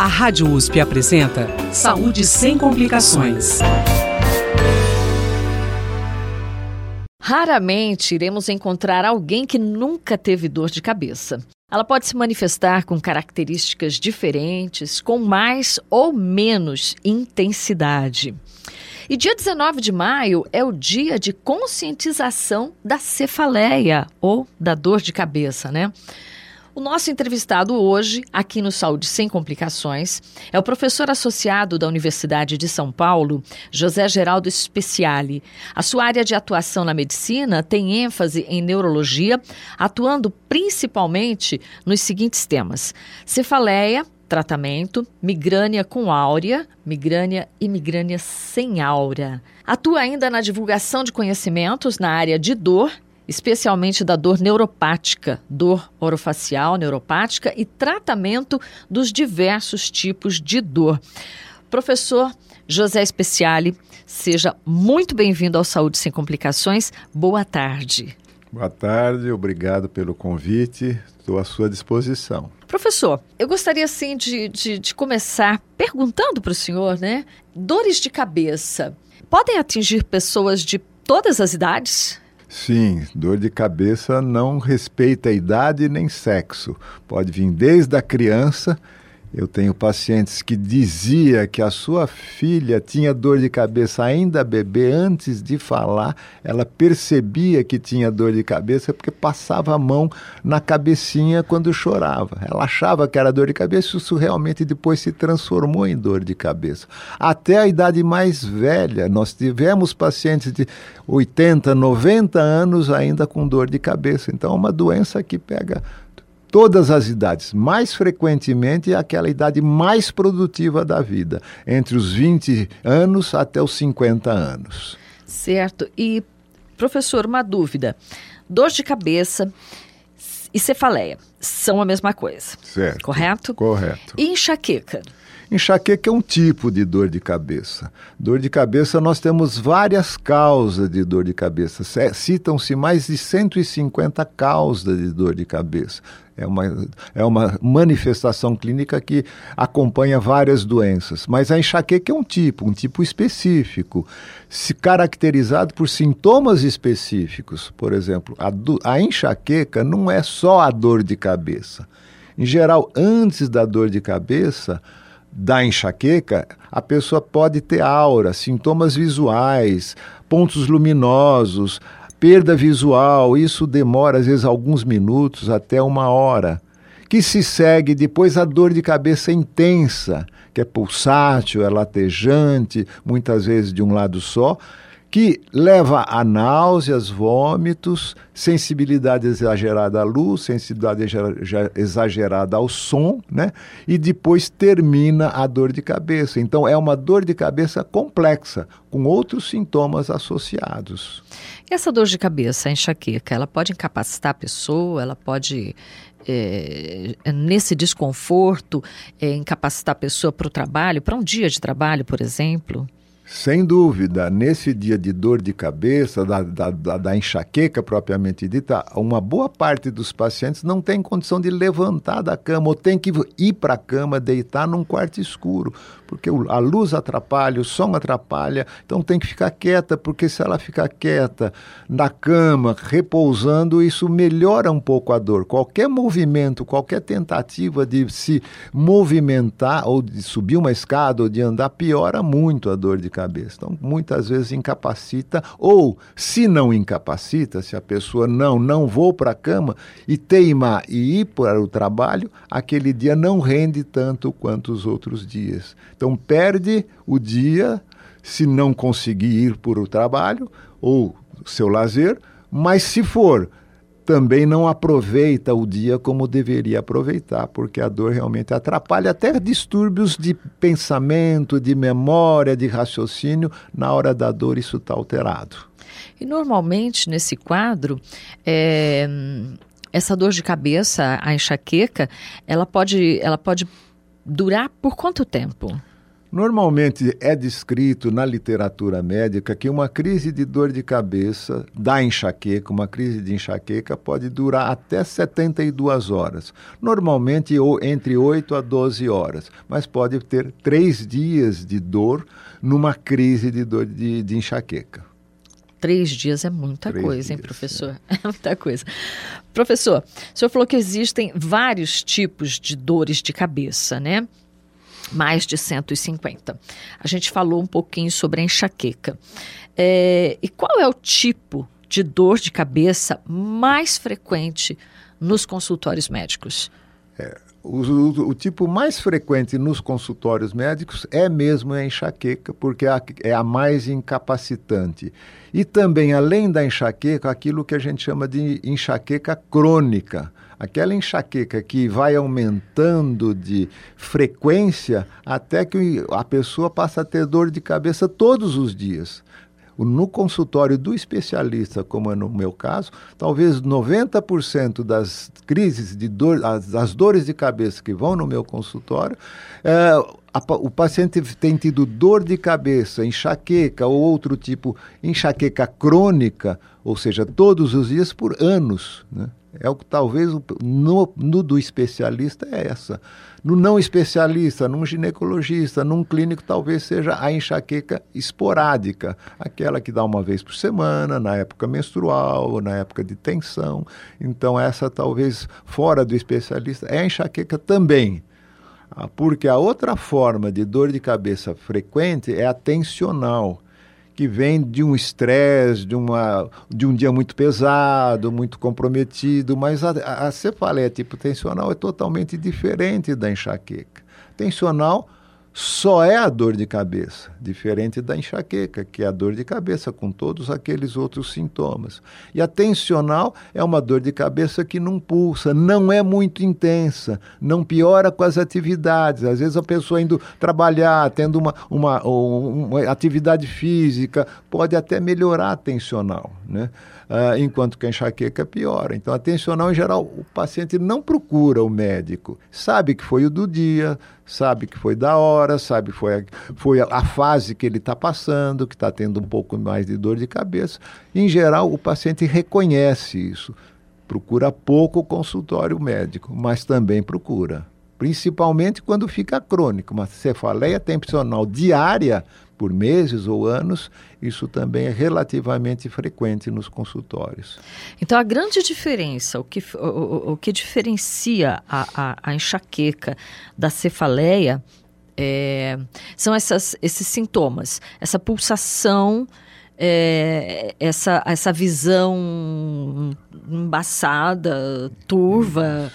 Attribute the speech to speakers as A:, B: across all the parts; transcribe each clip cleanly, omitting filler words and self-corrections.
A: A Rádio USP apresenta Saúde sem complicações.
B: Raramente iremos encontrar alguém que nunca teve dor de cabeça. Ela pode se manifestar com características diferentes, com mais ou menos intensidade. E dia 19 de maio é o dia de conscientização da cefaleia, ou da dor de cabeça, né? O nosso entrevistado hoje, aqui no Saúde Sem Complicações, é o professor associado da Universidade de São Paulo, José Geraldo Speciali. A sua área de atuação na medicina tem ênfase em neurologia, atuando principalmente nos seguintes temas: cefaleia, tratamento, migrânia com áurea, migrânia e migrânia sem áurea. Atua ainda na divulgação de conhecimentos na área de dor, especialmente da dor neuropática, dor orofacial neuropática e tratamento dos diversos tipos de dor. Professor José Speciali, seja muito bem-vindo ao Saúde Sem Complicações. Boa tarde.
C: Boa tarde, obrigado pelo convite, estou à sua disposição.
B: Professor, eu gostaria assim de começar perguntando para o senhor, né? Dores de cabeça podem atingir pessoas de todas as idades?
C: Sim, dor de cabeça não respeita idade nem sexo. Pode vir desde a criança. Eu tenho pacientes que dizia que a sua filha tinha dor de cabeça ainda bebê, antes de falar, ela percebia que tinha dor de cabeça porque passava a mão na cabecinha quando chorava. Ela achava que era dor de cabeça, isso realmente depois se transformou em dor de cabeça. Até a idade mais velha, nós tivemos pacientes de 80, 90 anos ainda com dor de cabeça. Então é uma doença que pega todas as idades, mais frequentemente é aquela idade mais produtiva da vida, entre os 20 anos até os 50 anos.
B: Certo. E, professor, uma dúvida. Dor de cabeça e cefaleia são a mesma coisa,
C: certo?
B: Correto?
C: Correto.
B: E enxaqueca?
C: Enxaqueca é um tipo de dor de cabeça. Dor de cabeça, nós temos várias causas de dor de cabeça. Citam-se mais de 150 causas de dor de cabeça. É uma manifestação clínica que acompanha várias doenças. Mas a enxaqueca é um tipo específico, se caracterizado por sintomas específicos. Por exemplo, a enxaqueca não é só a dor de cabeça. Em geral, antes da dor de cabeça, da enxaqueca, a pessoa pode ter aura, sintomas visuais, pontos luminosos, perda visual. Isso demora às vezes alguns minutos até uma hora, que se segue depois a dor de cabeça intensa, que é pulsátil, é latejante, muitas vezes de um lado só, que leva a náuseas, vômitos, sensibilidade exagerada à luz, sensibilidade exagerada ao som, né? E depois termina a dor de cabeça. Então é uma dor de cabeça complexa, com outros sintomas associados.
B: E essa dor de cabeça, a enxaqueca, ela pode incapacitar a pessoa, ela pode, nesse desconforto, incapacitar a pessoa para o trabalho, para um dia de trabalho, por exemplo?
C: Sem dúvida, nesse dia de dor de cabeça, da enxaqueca propriamente dita, uma boa parte dos pacientes não tem condição de levantar da cama ou tem que ir para a cama, deitar num quarto escuro, porque a luz atrapalha, o som atrapalha, então tem que ficar quieta, porque se ela ficar quieta na cama, repousando, isso melhora um pouco a dor. Qualquer movimento, qualquer tentativa de se movimentar ou de subir uma escada ou de andar, piora muito a dor de cabeça. Então, muitas vezes incapacita, ou se não incapacita, se a pessoa não vou para a cama e teima e ir para o trabalho, aquele dia não rende tanto quanto os outros dias. Então, perde o dia se não conseguir ir para o trabalho ou seu lazer, mas se for, também não aproveita o dia como deveria aproveitar, porque a dor realmente atrapalha até distúrbios de pensamento, de memória, de raciocínio. Na hora da dor isso está alterado.
B: E normalmente nesse quadro, essa dor de cabeça, a enxaqueca, ela pode durar por quanto tempo?
C: Normalmente é descrito na literatura médica que uma crise de dor de cabeça da enxaqueca, uma crise de enxaqueca pode durar até 72 horas. Normalmente entre 8 a 12 horas, mas pode ter 3 dias de dor numa crise de dor de enxaqueca.
B: 3 dias é muita coisa, hein,
C: dias,
B: professor? É muita coisa. Professor, o senhor falou que existem vários tipos de dores de cabeça, né? Mais de 150. A gente falou um pouquinho sobre a enxaqueca. E qual é o tipo de dor de cabeça mais frequente nos consultórios médicos?
C: O tipo mais frequente nos consultórios médicos é mesmo a enxaqueca, porque é a mais incapacitante. E também, além da enxaqueca, aquilo que a gente chama de enxaqueca crônica. Aquela enxaqueca que vai aumentando de frequência até que a pessoa passa a ter dor de cabeça todos os dias. No consultório do especialista, como é no meu caso, talvez 90% das crises de dor, das dores de cabeça que vão no meu consultório, o paciente tem tido dor de cabeça, enxaqueca ou outro tipo, enxaqueca crônica, ou seja, todos os dias por anos, né? Talvez no do especialista é essa. No não especialista, num ginecologista, num clínico, talvez seja a enxaqueca esporádica, aquela que dá uma vez por semana, na época menstrual, na época de tensão. Então essa talvez fora do especialista é a enxaqueca também. Porque a outra forma de dor de cabeça frequente é a tensional, que vem de um estresse, de um dia muito pesado, muito comprometido, mas a cefaleia tipo tensional é totalmente diferente da enxaqueca. Tensional só é a dor de cabeça, diferente da enxaqueca, que é a dor de cabeça com todos aqueles outros sintomas. E a tensional é uma dor de cabeça que não pulsa, não é muito intensa, não piora com as atividades. Às vezes a pessoa indo trabalhar, tendo uma atividade física, pode até melhorar a tensional, né? Enquanto que a enxaqueca piora. Então, a tensional, em geral, o paciente não procura o médico. Sabe que foi o do dia, sabe que foi da hora, sabe que foi a fase que ele está passando, que está tendo um pouco mais de dor de cabeça. Em geral, o paciente reconhece isso. Procura pouco o consultório médico, mas também procura. Principalmente quando fica crônico. Uma cefaleia tensional diária, por meses ou anos, isso também é relativamente frequente nos consultórios.
B: Então, a grande diferença, o que diferencia a enxaqueca da cefaleia são esses sintomas, essa pulsação, essa visão embaçada, turva,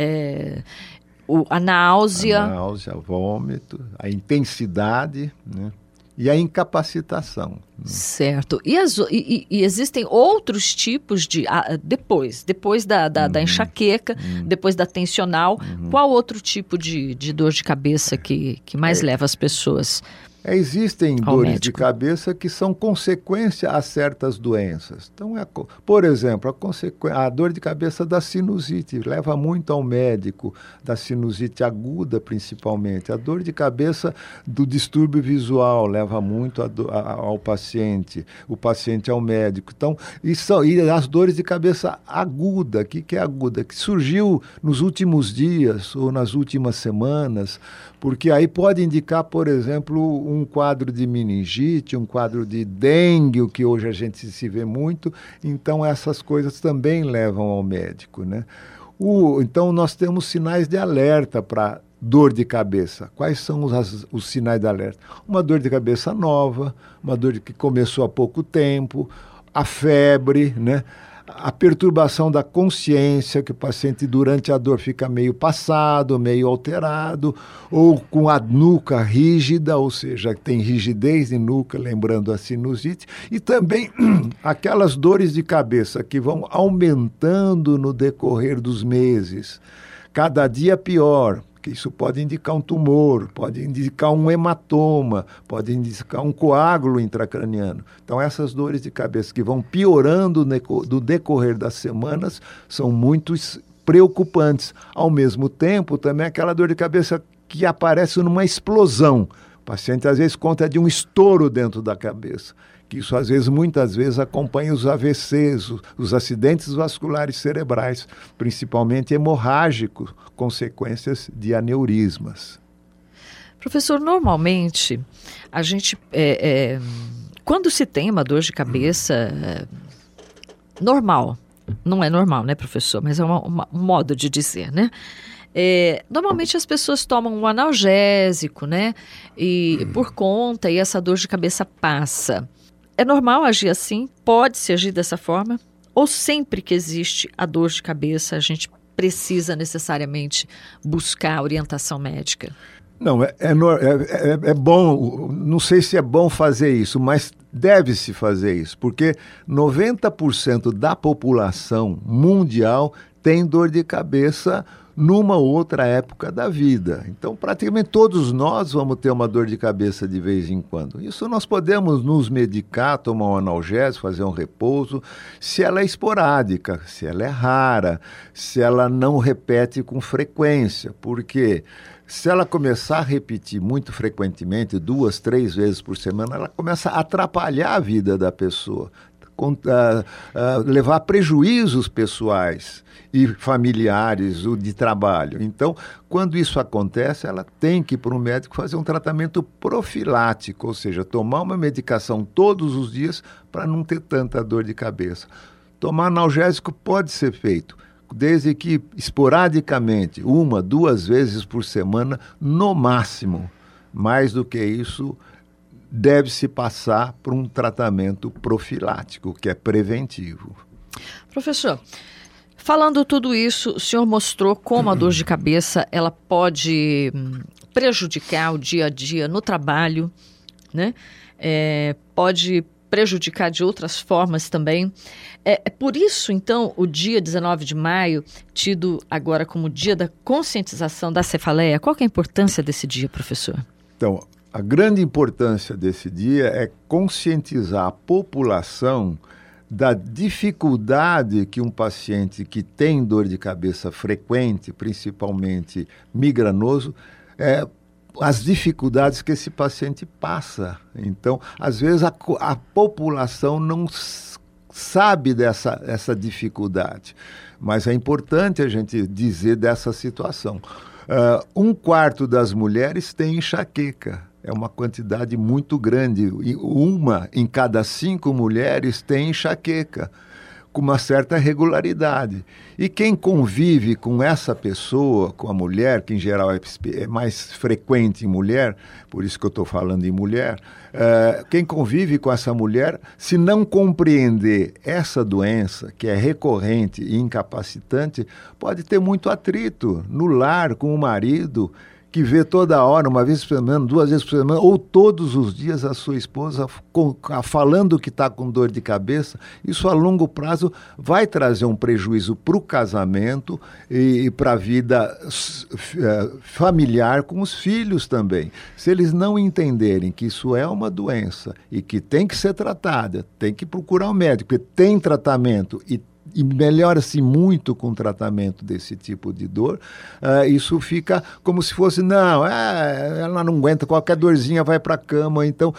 B: a náusea.
C: A náusea, vômito, a intensidade, né? E a incapacitação.
B: Certo. E existem outros tipos de... depois da enxaqueca, depois da tensional, qual outro tipo de dor de cabeça que mais leva as pessoas
C: Existem
B: ao
C: dores
B: médico?
C: de cabeça que são consequência a certas doenças. Então, por exemplo, a dor de cabeça da sinusite leva muito ao médico, da sinusite aguda principalmente. A dor de cabeça do distúrbio visual leva muito ao paciente, o paciente ao médico. Então, e as dores de cabeça aguda, o que é aguda? Que surgiu nos últimos dias ou nas últimas semanas, porque aí pode indicar, por exemplo, um quadro de meningite, um quadro de dengue, o que hoje a gente se vê muito. Então, essas coisas também levam ao médico, né? Então, nós temos sinais de alerta para dor de cabeça. Quais são os sinais de alerta? Uma dor de cabeça nova, uma dor que começou há pouco tempo, a febre, né? A perturbação da consciência, que o paciente durante a dor fica meio passado, meio alterado, ou com a nuca rígida, ou seja, tem rigidez de nuca, lembrando a sinusite, e também aquelas dores de cabeça que vão aumentando no decorrer dos meses, cada dia pior, que isso pode indicar um tumor, pode indicar um hematoma, pode indicar um coágulo intracraniano. Então, essas dores de cabeça que vão piorando no decorrer das semanas são muito preocupantes. Ao mesmo tempo, também aquela dor de cabeça que aparece numa explosão. O paciente às vezes conta de um estouro dentro da cabeça, que isso às vezes, muitas vezes, acompanha os AVCs, os acidentes vasculares cerebrais, principalmente hemorrágicos, consequências de aneurismas.
B: Professor, normalmente, a gente, quando se tem uma dor de cabeça normal, não é normal, né, professor, mas é um modo de dizer, né? Normalmente as pessoas tomam um analgésico, né, e por conta, e essa dor de cabeça passa. É normal agir assim? Pode-se agir dessa forma? Ou sempre que existe a dor de cabeça, a gente precisa necessariamente buscar orientação médica?
C: Não, é bom, não sei se é bom fazer isso, mas deve-se fazer isso, porque 90% da população mundial tem dor de cabeça numa outra época da vida. Então, praticamente todos nós vamos ter uma dor de cabeça de vez em quando. Isso nós podemos nos medicar, tomar um analgésico, fazer um repouso, se ela é esporádica, se ela é rara, se ela não repete com frequência, porque se ela começar a repetir muito frequentemente, 2, 3 vezes por semana, ela começa a atrapalhar a vida da pessoa, levar prejuízos pessoais e familiares, o de trabalho. Então, quando isso acontece, ela tem que ir para um médico fazer um tratamento profilático, ou seja, tomar uma medicação todos os dias para não ter tanta dor de cabeça. Tomar analgésico pode ser feito, desde que esporadicamente, 1, 2 vezes por semana, no máximo. Mais do que isso, deve-se passar por um tratamento profilático, que é preventivo.
B: Professor, falando tudo isso, o senhor mostrou como a dor de cabeça ela pode prejudicar o dia a dia no trabalho, né? Pode prejudicar de outras formas também. É por isso, então, o dia 19 de maio, tido agora como dia da conscientização da cefaleia, qual que é a importância desse dia, professor?
C: Então, a grande importância desse dia é conscientizar a população da dificuldade que um paciente que tem dor de cabeça frequente, principalmente migranoso, as dificuldades que esse paciente passa. Então, às vezes, a população não sabe dessa dificuldade, mas é importante a gente dizer dessa situação. 1/4 das mulheres tem enxaqueca. É uma quantidade muito grande. 1 em cada 5 mulheres tem enxaqueca, com uma certa regularidade. E quem convive com essa pessoa, com a mulher, que em geral é mais frequente em mulher, por isso que eu estou falando em mulher, quem convive com essa mulher, se não compreender essa doença, que é recorrente e incapacitante, pode ter muito atrito no lar com o marido, que vê toda hora, 1 vez por semana, 2 vezes por semana, ou todos os dias a sua esposa falando que está com dor de cabeça. Isso a longo prazo vai trazer um prejuízo para o casamento e para a vida familiar com os filhos também. Se eles não entenderem que isso é uma doença e que tem que ser tratada, tem que procurar um médico, porque tem tratamento e melhora-se muito com o tratamento desse tipo de dor, isso fica como se fosse, ela não aguenta, qualquer dorzinha vai para a cama. Então,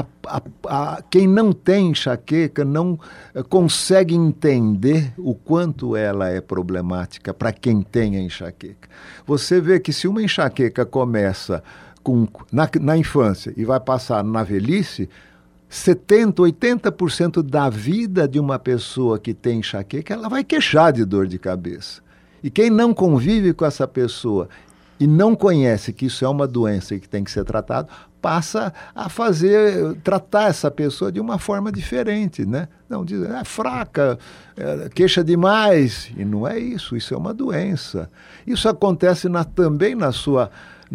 C: quem não tem enxaqueca não consegue entender o quanto ela é problemática para quem tem a enxaqueca. Você vê que se uma enxaqueca começa na infância e vai passar na velhice, 70%, 80% da vida de uma pessoa que tem enxaqueca, ela vai queixar de dor de cabeça. E quem não convive com essa pessoa e não conhece que isso é uma doença e que tem que ser tratado, passa a tratar essa pessoa de uma forma diferente, né? Não, diz, é fraca, queixa demais. E não é isso, isso é uma doença. Isso acontece também na sua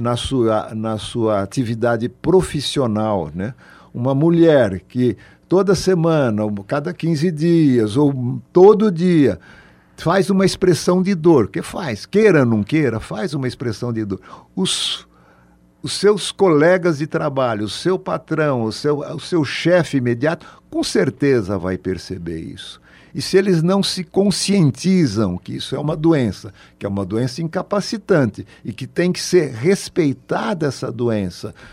C: atividade profissional, né? Uma mulher que toda semana, ou cada 15 dias, ou todo dia, faz uma expressão de dor. Que faz? Queira ou não queira, faz uma expressão de dor. Os seus colegas de trabalho, o seu patrão, o seu chefe imediato, com certeza vai perceber isso. E se eles não se conscientizam que isso é uma doença, que é uma doença incapacitante, e que tem que ser respeitada essa doença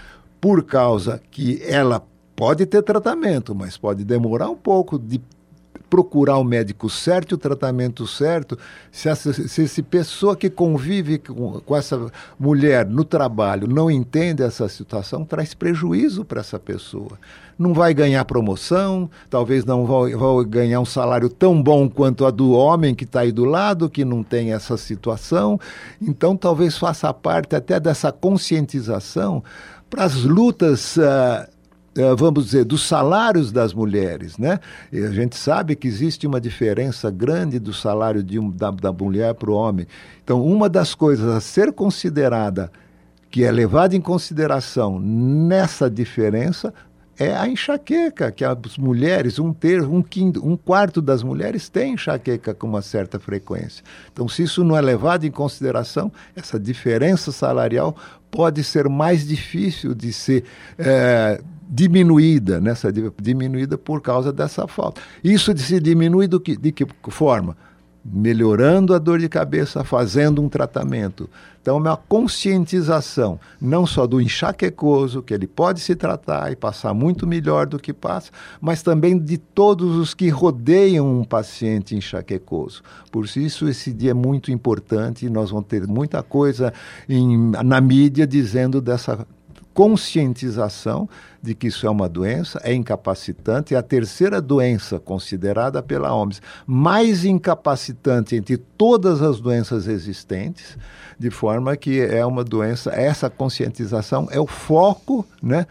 C: por causa que ela pode ter tratamento, mas pode demorar um pouco de procurar o médico certo e o tratamento certo. Se essa pessoa que convive com essa mulher no trabalho não entende essa situação, traz prejuízo para essa pessoa. Não vai ganhar promoção, talvez não vai ganhar um salário tão bom quanto a do homem que está aí do lado, que não tem essa situação. Então, talvez faça parte até dessa conscientização para as lutas vamos dizer, dos salários das mulheres, né? E a gente sabe que existe uma diferença grande do salário da mulher para o homem. Então, uma das coisas a ser considerada, que é levada em consideração nessa diferença, é a enxaqueca, que as mulheres, um quarto das mulheres tem enxaqueca com uma certa frequência. Então, se isso não é levado em consideração, essa diferença salarial pode ser mais difícil de ser diminuída por causa dessa falta. Isso de se diminuir de que forma? Melhorando a dor de cabeça, fazendo um tratamento. Então, é uma conscientização, não só do enxaquecoso, que ele pode se tratar e passar muito melhor do que passa, mas também de todos os que rodeiam um paciente enxaquecoso. Por isso, esse dia é muito importante e nós vamos ter muita coisa na mídia dizendo dessa conscientização de que isso é uma doença, é incapacitante, é a terceira doença considerada pela OMS mais incapacitante entre todas as doenças existentes, de forma que é uma doença, essa conscientização é o foco, né,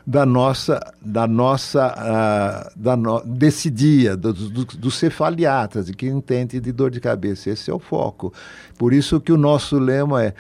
C: desse dia, dos cefaliatras, de quem entende de dor de cabeça. Esse é o foco. Por isso que o nosso lema é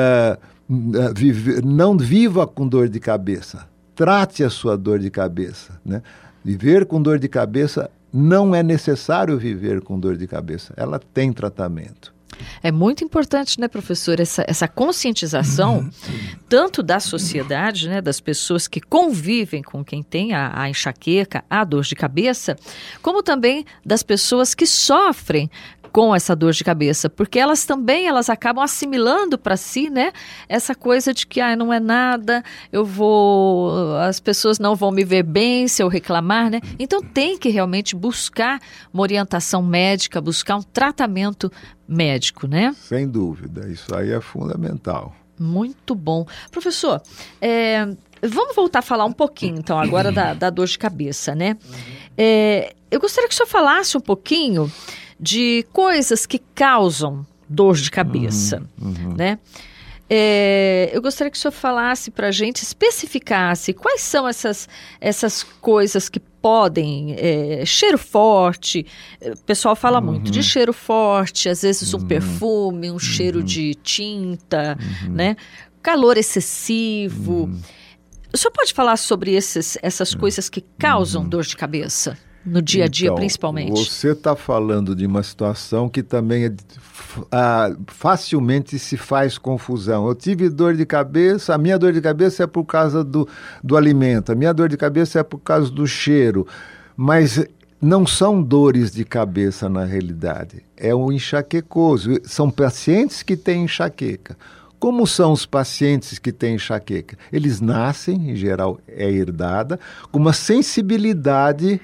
C: não viva com dor de cabeça, trate a sua dor de cabeça, né? Viver com dor de cabeça, não é necessário viver com dor de cabeça, ela tem tratamento.
B: É muito importante, né, professor, essa conscientização, tanto da sociedade, né, das pessoas que convivem com quem tem a enxaqueca, a dor de cabeça, como também das pessoas que sofrem com essa dor de cabeça, porque elas acabam assimilando para si, né, essa coisa de que não é nada, as pessoas não vão me ver bem se eu reclamar, né? Então tem que realmente buscar uma orientação médica, buscar um tratamento médico, né?
C: Sem dúvida, isso aí é fundamental.
B: Muito bom. Professor, vamos voltar a falar um pouquinho, então, agora da dor de cabeça, né? Eu gostaria que o senhor falasse um pouquinho de coisas que causam dor de cabeça, né? Eu gostaria que o senhor falasse para a gente, especificasse quais são essas coisas que podem, cheiro forte, o pessoal fala muito de cheiro forte, às vezes um perfume, um cheiro de tinta, né? Calor excessivo. O senhor pode falar sobre essas coisas que causam dor de cabeça? No dia a dia, principalmente.
C: Você está falando de uma situação que também facilmente se faz confusão. Eu tive dor de cabeça, a minha dor de cabeça é por causa do alimento, a minha dor de cabeça é por causa do cheiro, mas não são dores de cabeça na realidade, é o enxaquecoso. São pacientes que têm enxaqueca. Como são os pacientes que têm enxaqueca? Eles nascem, em geral é herdada, com uma sensibilidade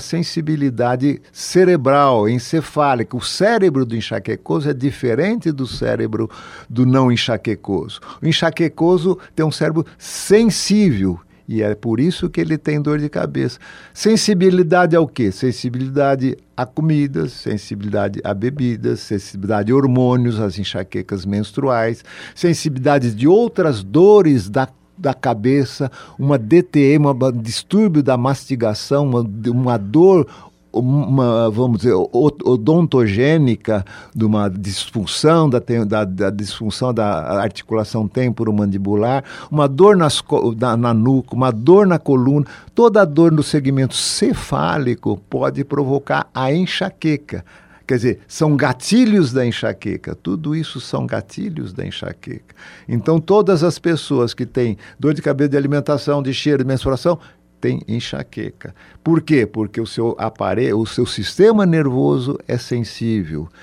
C: cerebral, encefálica. O cérebro do enxaquecoso é diferente do cérebro do não enxaquecoso. O enxaquecoso tem um cérebro sensível. E é por isso que ele tem dor de cabeça. Sensibilidade ao quê? Sensibilidade a comidas, sensibilidade a bebidas, sensibilidade a hormônios, as enxaquecas menstruais, sensibilidade de outras dores da cabeça, uma DTM, um distúrbio da mastigação, uma dor, vamos dizer, odontogênica, de uma disfunção da disfunção da articulação temporomandibular, uma dor na nuca, uma dor na coluna. Toda dor no segmento cefálico pode provocar a enxaqueca. Quer dizer, são gatilhos da enxaqueca. Tudo isso são gatilhos da enxaqueca. Então, todas as pessoas que têm dor de cabeça, de alimentação, de cheiro, de menstruação, tem enxaqueca. Por quê? Porque o seu sistema nervoso é sensível.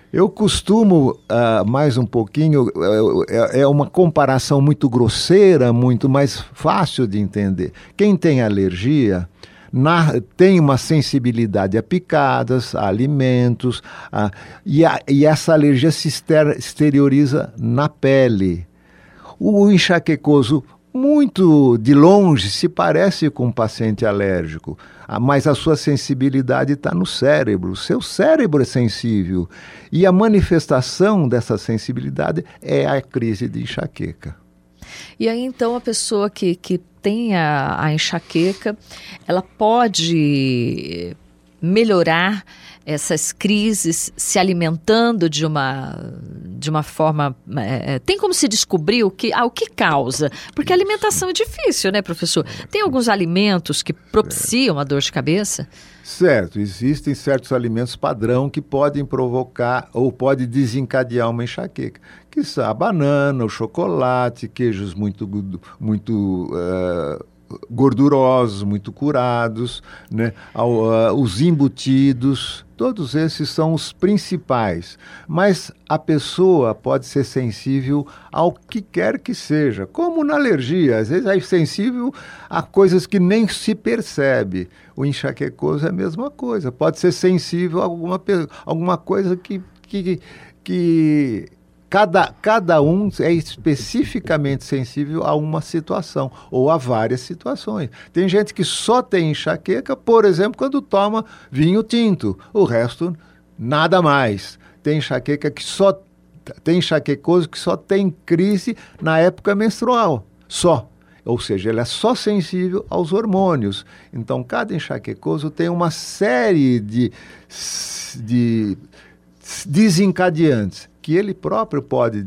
C: Eu costumo, mais um pouquinho, é uma comparação muito grosseira, muito mais fácil de entender. Quem tem alergia tem uma sensibilidade a picadas, a alimentos, e essa alergia se exterioriza na pele. O enxaquecoso, muito de longe, se parece com um paciente alérgico, mas a sua sensibilidade está no cérebro. O seu cérebro é sensível. E a manifestação dessa sensibilidade é a crise de enxaqueca.
B: E aí, então, a pessoa que tem a enxaqueca, ela pode melhorar essas crises se alimentando de uma forma... tem como se descobrir o que causa? Porque a alimentação é difícil, né, professor? Tem alguns alimentos que propiciam a dor de cabeça?
C: Certo, existem certos alimentos padrão que podem provocar ou pode desencadear uma enxaqueca, que são a banana, o chocolate, queijos muito gordurosos, muito curados, né? Os embutidos, todos esses são os principais. Mas a pessoa pode ser sensível ao que quer que seja, como na alergia. Às vezes é sensível a coisas que nem se percebe. O enxaquecoso é a mesma coisa. Pode ser sensível a alguma coisa que Cada um é especificamente sensível a uma situação ou a várias situações. Tem gente que só tem enxaqueca, por exemplo, quando toma vinho tinto. O resto, nada mais. Tem enxaquecoso que só tem crise na época menstrual. Só. Ou seja, ele é só sensível aos hormônios. Então, cada enxaquecoso tem uma série de desencadeantes que ele próprio pode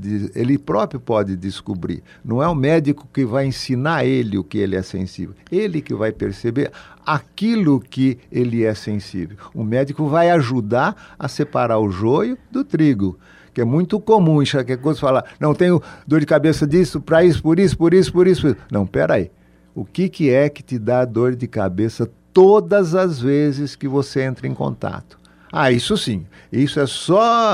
C: descobrir. Não é o médico que vai ensinar ele o que ele é sensível. Ele que vai perceber aquilo que ele é sensível. O médico vai ajudar a separar o joio do trigo, que é muito comum enxaquecoso falar, não, tenho dor de cabeça disso, para isso, por isso. Não, peraí. O que é que te dá dor de cabeça todas as vezes que você entra em contato? Isso sim, isso é só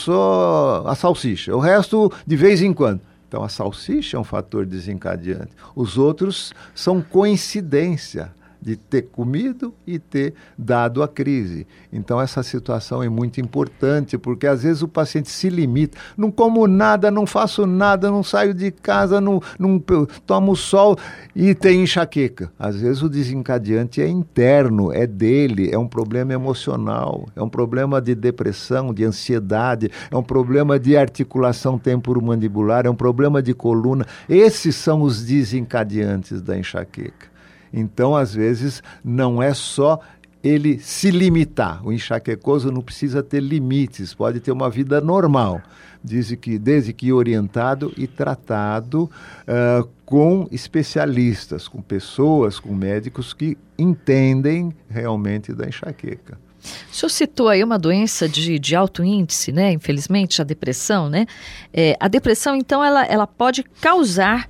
C: a salsicha, o resto de vez em quando. Então a salsicha é um fator desencadeante, os outros são coincidência de ter comido e ter dado a crise. Então essa situação é muito importante, porque às vezes o paciente se limita, não como nada, não faço nada, não saio de casa, não tomo sol e tem enxaqueca. Às vezes o desencadeante é interno, é dele, é um problema emocional, é um problema de depressão, de ansiedade, é um problema de articulação temporomandibular, é um problema de coluna. Esses são os desencadeantes da enxaqueca. Então, às vezes, não é só ele se limitar. O enxaquecoso não precisa ter limites, pode ter uma vida normal, desde que orientado e tratado com especialistas, com pessoas, com médicos que entendem realmente da enxaqueca.
B: O senhor citou aí uma doença de alto índice, né? Infelizmente, a depressão, né? A depressão, então, ela pode causar...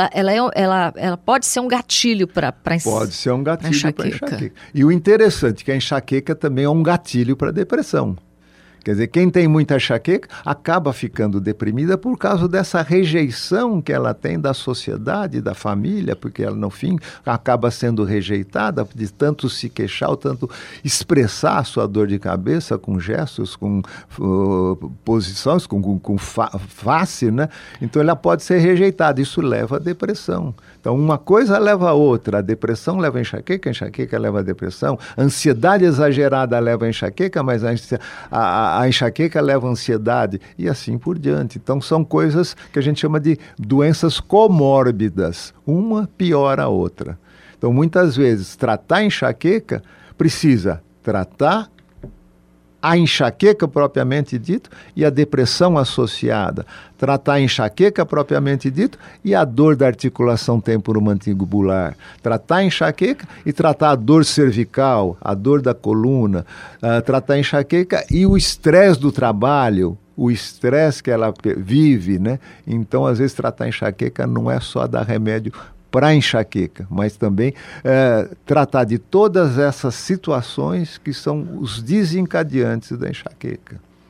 B: Ela pode ser um gatilho para
C: Pode ser um gatilho para enxaqueca. E o interessante é que a enxaqueca também é um gatilho para a depressão. Quer dizer, quem tem muita enxaqueca acaba ficando deprimida por causa dessa rejeição que ela tem da sociedade, da família, porque ela, no fim, acaba sendo rejeitada de tanto se queixar, ou tanto expressar a sua dor de cabeça com gestos, com posições, com face, né? Então, ela pode ser rejeitada. Isso leva à depressão. Então, uma coisa leva a outra. A depressão leva a enxaqueca leva a depressão. A ansiedade exagerada leva a enxaqueca, mas a enxaqueca leva a ansiedade e assim por diante. Então, são coisas que a gente chama de doenças comórbidas. Uma piora a outra. Então, muitas vezes, tratar a enxaqueca precisa tratar a enxaqueca propriamente dito e a depressão associada. Tratar a enxaqueca propriamente dito e a dor da articulação temporomandibular. Tratar a enxaqueca e tratar a dor cervical, a dor da coluna. Tratar a enxaqueca e o estresse do trabalho, o estresse que ela vive, né? Então, às vezes, tratar a enxaqueca não é só dar remédio para enxaqueca, mas também tratar de todas essas situações que são os desencadeantes da enxaqueca.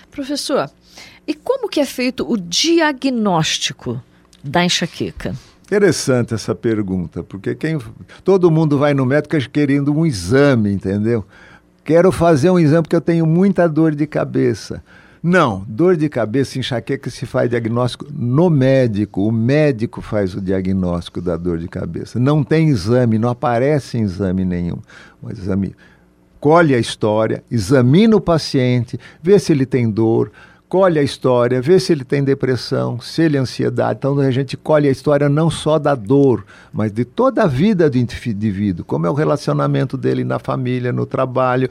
B: Professor, e como que é feito o diagnóstico da enxaqueca?
C: Interessante essa pergunta, porque todo mundo vai no médico querendo um exame, entendeu? Quero fazer um exame porque eu tenho muita dor de cabeça. Não, dor de cabeça, enxaqueca se faz diagnóstico no médico. O médico faz o diagnóstico da dor de cabeça. Não tem exame, não aparece em exame nenhum. O exame colhe a história, examina o paciente, vê se ele tem dor, colhe a história, vê se ele tem depressão, se ele tem ansiedade. Então a gente colhe a história não só da dor, mas de toda a vida do indivíduo, como é o relacionamento dele na família, no trabalho,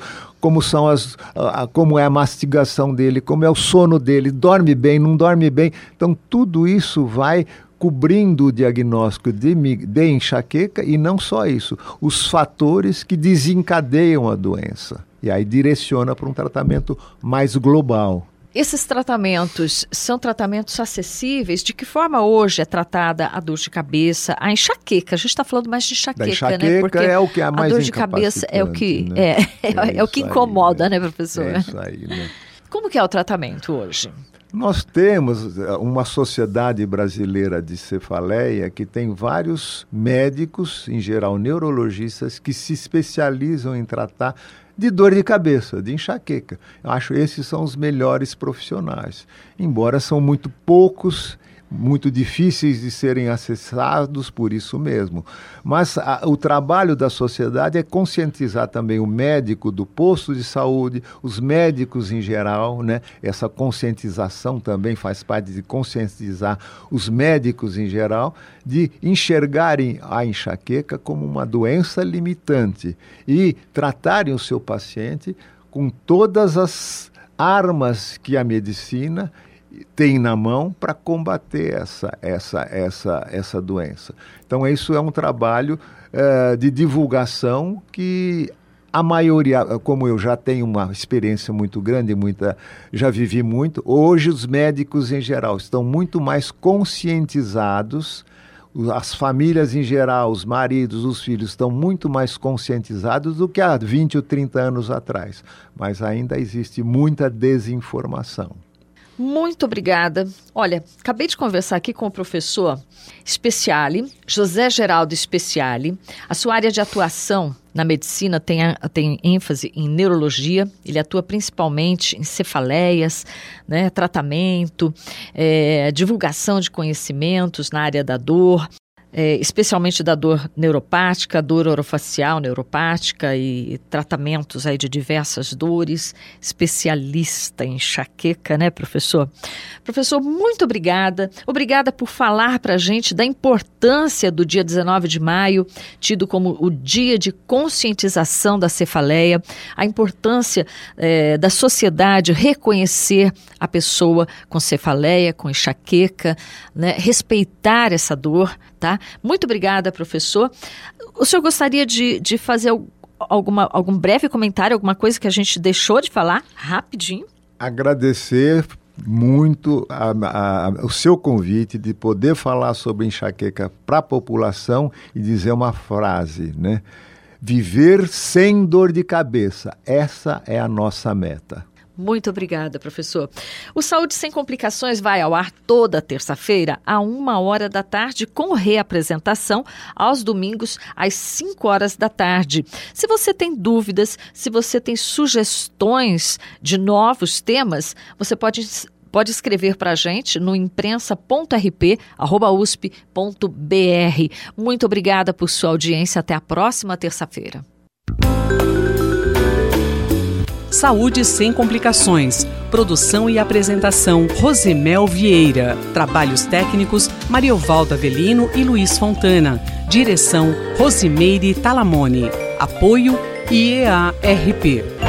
C: como é a mastigação dele, como é o sono dele, dorme bem, não dorme bem. Então tudo isso vai cobrindo o diagnóstico de enxaqueca, e não só isso, os fatores que desencadeiam a doença. E aí direciona para um tratamento mais global.
B: Esses tratamentos são tratamentos acessíveis? De que forma hoje é tratada a dor de cabeça, a enxaqueca? A gente está falando mais de enxaqueca,
C: da enxaqueca,
B: né? Porque
C: é o que é mais
B: a dor de cabeça é o que,
C: né?
B: é o que incomoda, aí, né, professor?
C: É isso aí, né?
B: Como que é o tratamento hoje?
C: Nós temos uma sociedade brasileira de cefaleia que tem vários médicos, em geral neurologistas, que se especializam em tratar de dor de cabeça, de enxaqueca. Eu acho que esses são os melhores profissionais, embora são muito poucos, muito difíceis de serem acessados por isso mesmo. Mas o trabalho da sociedade é conscientizar também o médico do posto de saúde, os médicos em geral, né? Essa conscientização também faz parte de conscientizar os médicos em geral, de enxergarem a enxaqueca como uma doença limitante e tratarem o seu paciente com todas as armas que a medicina tem na mão para combater essa doença. Então, isso é um trabalho de divulgação que a maioria, como eu já tenho uma experiência muito grande, já vivi muito, hoje os médicos em geral estão muito mais conscientizados, as famílias em geral, os maridos, os filhos estão muito mais conscientizados do que há 20 ou 30 anos atrás, mas ainda existe muita desinformação.
B: Muito obrigada. Olha, acabei de conversar aqui com o professor Speciali, José Geraldo Speciali. A sua área de atuação na medicina tem ênfase em neurologia. Ele atua principalmente em cefaleias, né, tratamento, divulgação de conhecimentos na área da dor, especialmente da dor neuropática, dor orofacial neuropática e tratamentos aí de diversas dores, especialista em enxaqueca, né, professor? Professor, muito obrigada. Obrigada por falar para a gente da importância do dia 19 de maio, tido como o dia de conscientização da cefaleia, a importância da sociedade reconhecer a pessoa com cefaleia, com enxaqueca, né, respeitar essa dor, tá? Muito obrigada, professor. O senhor gostaria de fazer algum breve comentário, alguma coisa que a gente deixou de falar, rapidinho?
C: Agradecer muito o seu convite de poder falar sobre enxaqueca para a população e dizer uma frase, né? Viver sem dor de cabeça, essa é a nossa meta.
B: Muito obrigada, professor. O Saúde Sem Complicações vai ao ar toda terça-feira, à 1h da tarde, com reapresentação aos domingos, às 5h da tarde. Se você tem dúvidas, se você tem sugestões de novos temas, você pode escrever para a gente no imprensa.rp@usp.br. Muito obrigada por sua audiência. Até a próxima terça-feira.
A: Saúde Sem Complicações. Produção e apresentação Rosemel Vieira. Trabalhos técnicos Mariovaldo Avelino e Luiz Fontana. Direção Rosimeire Talamone. Apoio IEARP.